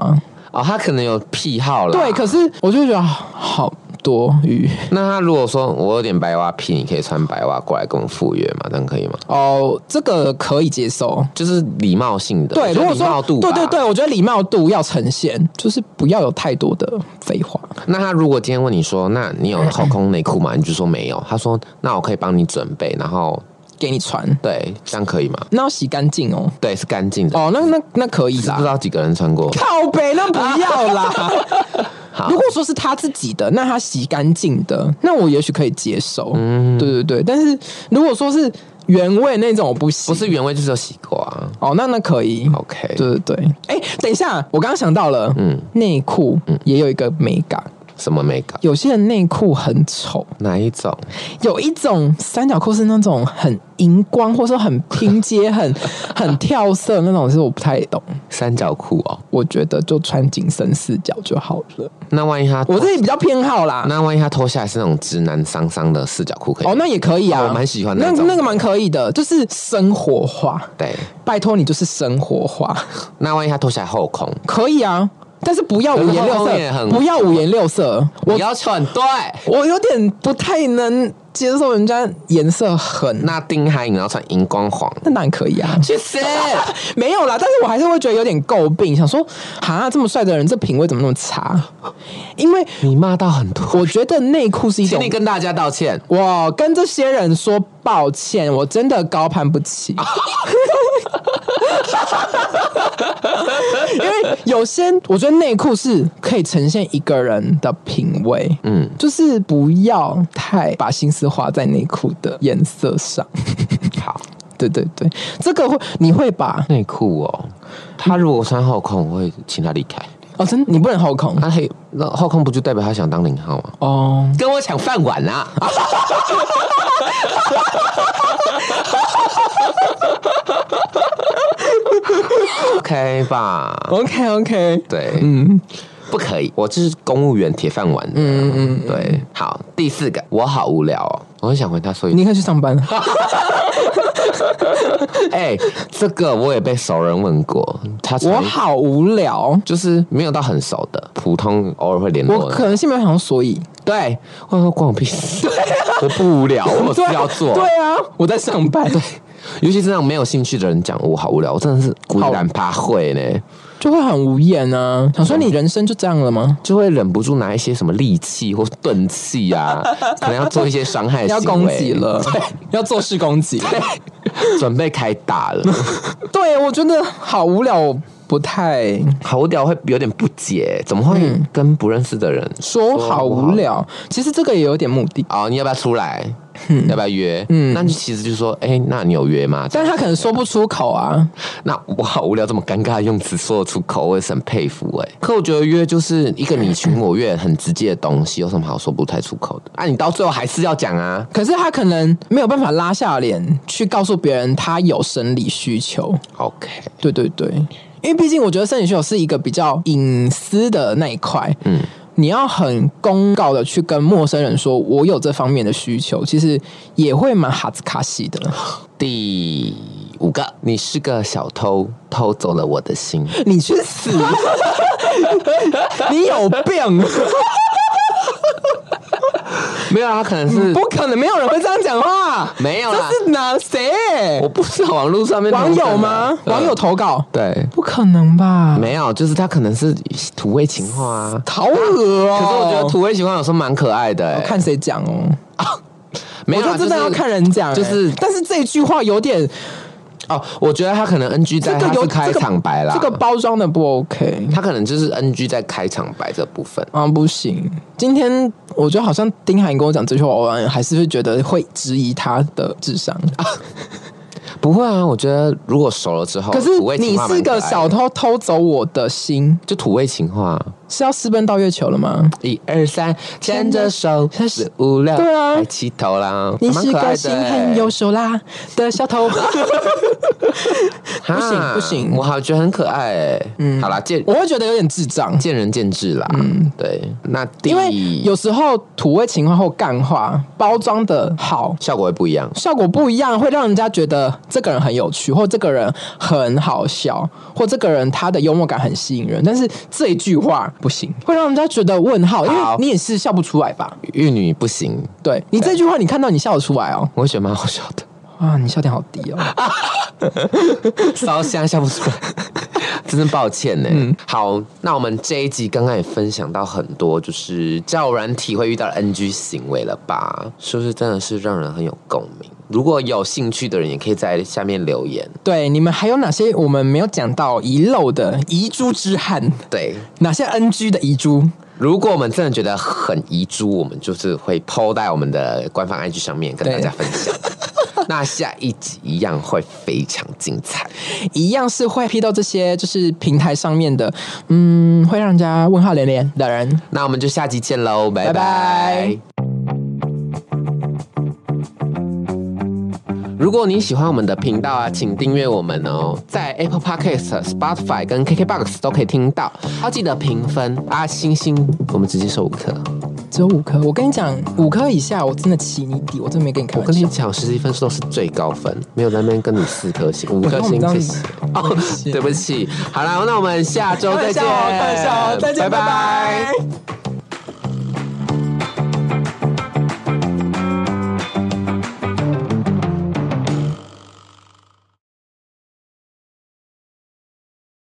哦，他可能有癖好啦。 对，可是我就觉得好多余。 那他如果说我有点白袜癖，你可以穿白袜过来跟我赴约嘛？这样可以吗？ 哦，这个可以接受， 就是礼貌性的。 对，如果说礼貌度， 对对对，我觉得礼貌度要呈现，就是不要有太多的废话。 那他如果今天问你说，那你有后空内裤吗？你就说没有。他说，那我可以帮你准备，然后给你穿， 对，这样可以吗？ 那要洗干净哦。 对，是干净的。 哦，那那那可以啦。 不知道几个人穿过？ 靠北，那不要啦。如果说是他自己的，那他洗干净的，那我也许可以接受。嗯，对对对。但是如果说是原味那种，我不洗。 不是原味就是有洗过啊。 哦，那那可以。 OK， 对对对。哎、欸，等一下，我刚刚想到了，嗯，内裤也有一个美感。 什么美感？ 有些人内裤很丑， 哪一种？ 有一种三角裤是那种很荧光，或者说很拼接、很很跳色那种，是我不太懂。 三角裤哦， 我觉得就穿紧身四角就好了。 那万一他， 我自己比较偏好啦。 那万一他脱下来是那种直男桑桑的四角裤，可以？ 哦，那也可以啊， 哦、我蛮喜欢那种。 那那个蛮可以的，就是生活化。 对， 拜托你就是生活化。 那万一他脱下来后空， 可以啊。但是不要五颜六色，不要五颜六色。 我要求很对， 我有点不太能接受人家颜色很。 那丁海颖然后穿荧光黄， 那当然可以啊。 去死！ 没有啦，但是我还是会觉得有点诟病，想说哈，这么帅的人，这品味怎么那么差？因为你骂到很多， 我觉得内裤是一种， 请你跟大家道歉。 我跟这些人说抱歉，我真的高攀不起。因为有些我觉得内裤是可以呈现一个人的品味，嗯，就是不要太把心思花在内裤的颜色上。 好， 对对对，这个会你会把内裤哦，他如果穿后空，我会请他离开。 哦，真的你不能后空， 他黑那后空不就代表他想当零号吗？哦，跟我抢饭碗啊！OK 吧 ？OK OK， 对，嗯，不可以，我就是公务员铁饭碗。嗯嗯嗯，对。好，第四个，我好无聊哦，我很想回他说一句， 你可以去上班。 哎、欸，这个我也被熟人问过，他我好无聊， 就是没有到很熟的，普通偶尔会联络。 我可能性没有想，所以对，我说关我屁事，我不无聊，我有事要做。 对啊，我在上班。 对，尤其是那种没有兴趣的人讲我好无聊，我真的是孤然怕会呢。 就会很无言啊，想说你人生就这样了吗？ 就会忍不住拿一些什么利器或钝器啊，可能要做一些伤害行为， 要攻击了，对，要做事攻击， 准备开打了。 对，我觉得好无聊，不太好无聊，会有点不解，怎么会跟不认识的人说好无聊？其实这个也有点目的哦，你要不要出来？嗯、要不要约？嗯，那就其实就是说，哎、欸，那你有约吗？ 但他可能说不出口啊。 那我好无聊，这么尴尬的用词说得出口，我也是很佩服哎、欸。可我觉得约就是一个你情我愿很直接的东西，有什么好说不太出口的？啊，你到最后还是要讲啊。 可是他可能没有办法拉下脸去告诉别人他有生理需求。 OK， 对对对，因为毕竟我觉得生理需求是一个比较隐私的那一块。嗯。你要很公告的去跟陌生人说我有这方面的需求，其实也会蛮哈兹卡西的。 第五个，你是个小偷，偷走了我的心。 你去死！你有病！ 没有，他可能是不可能，没有人会这样讲话。 没有啦， 这是哪谁？ 我不知道网络上面网友吗？呃、网友投稿， 对， 不可能吧？ 没有，就是他可能是土味情话啊， 好恶哦、 可是我觉得土味情话有时候蛮可爱的、欸， 我看谁讲哦。 没有、啊， 我真的要看人讲、欸， 就是， 但是这句话有点。 哦，我觉得他可能 N G 在他是开场白啦， 这个、这个包装的不 OK， 他可能就是 N G 在开场白这部分啊，不行。今天我觉得好像丁海寅跟我讲这句话，我还是会觉得会质疑他的智商。啊、 不会啊，我觉得如果熟了之后， 可是你是个小偷偷走我的心， 就土味情话， 是要私奔到月球了吗？ 一二三，牵着手，四五六， 对啊， 起头啦。 你是个心狠又手辣的小偷。不行不行， 我好觉得很可爱哎、欸。嗯，好啦，见我会觉得有点智障， 见仁见智啦。嗯，对。那因为有时候土味情话或干话包装的好， 效果会不一样， 效果不一样，会让人家觉得这个人很有趣，或这个人很好笑，或这个人他的幽默感很吸引人。但是这一句话不行，会让人家觉得问号，因为你也是笑不出来吧？ 玉女不行， 对你这句话，你看到你笑得出来哦， 我会觉得蛮好笑的。 啊，你笑点好低哦， 烧香笑不出来，真是抱歉呢。嗯，好，那我们这一集刚刚也分享到很多，就是交友软体会遇到的 N G 行为了吧？是不是真的是让人很有共鸣？如果有兴趣的人，也可以在下面留言。 对，你们还有哪些我们没有讲到遗漏的遗珠之憾？ 对， 哪些 N G 的遗珠？ 如果我们真的觉得很遗珠，我们就是会 po 在我们的官方 I G 上面跟大家分享。那下一集一样会非常精彩， 一样是会 P 到这些就是平台上面的，嗯，会让人家问号连连的人。 那我们就下集见喽，拜拜。拜拜。如果你喜欢我们的频道啊，请订阅我们哦，在 Apple Podcast、Spotify 跟 K K Box 都可以听到。要记得评分啊，星星我们直接收五颗， 只有五颗。我跟你讲，五颗以下我真的起你底，我真的没跟你开玩笑。 我跟你讲，实际分数都是最高分，没有在那边跟你四颗星、五颗星，谢谢。哦，对不起。好了，那我们下周再见， 开玩笑，再见，拜拜。拜拜。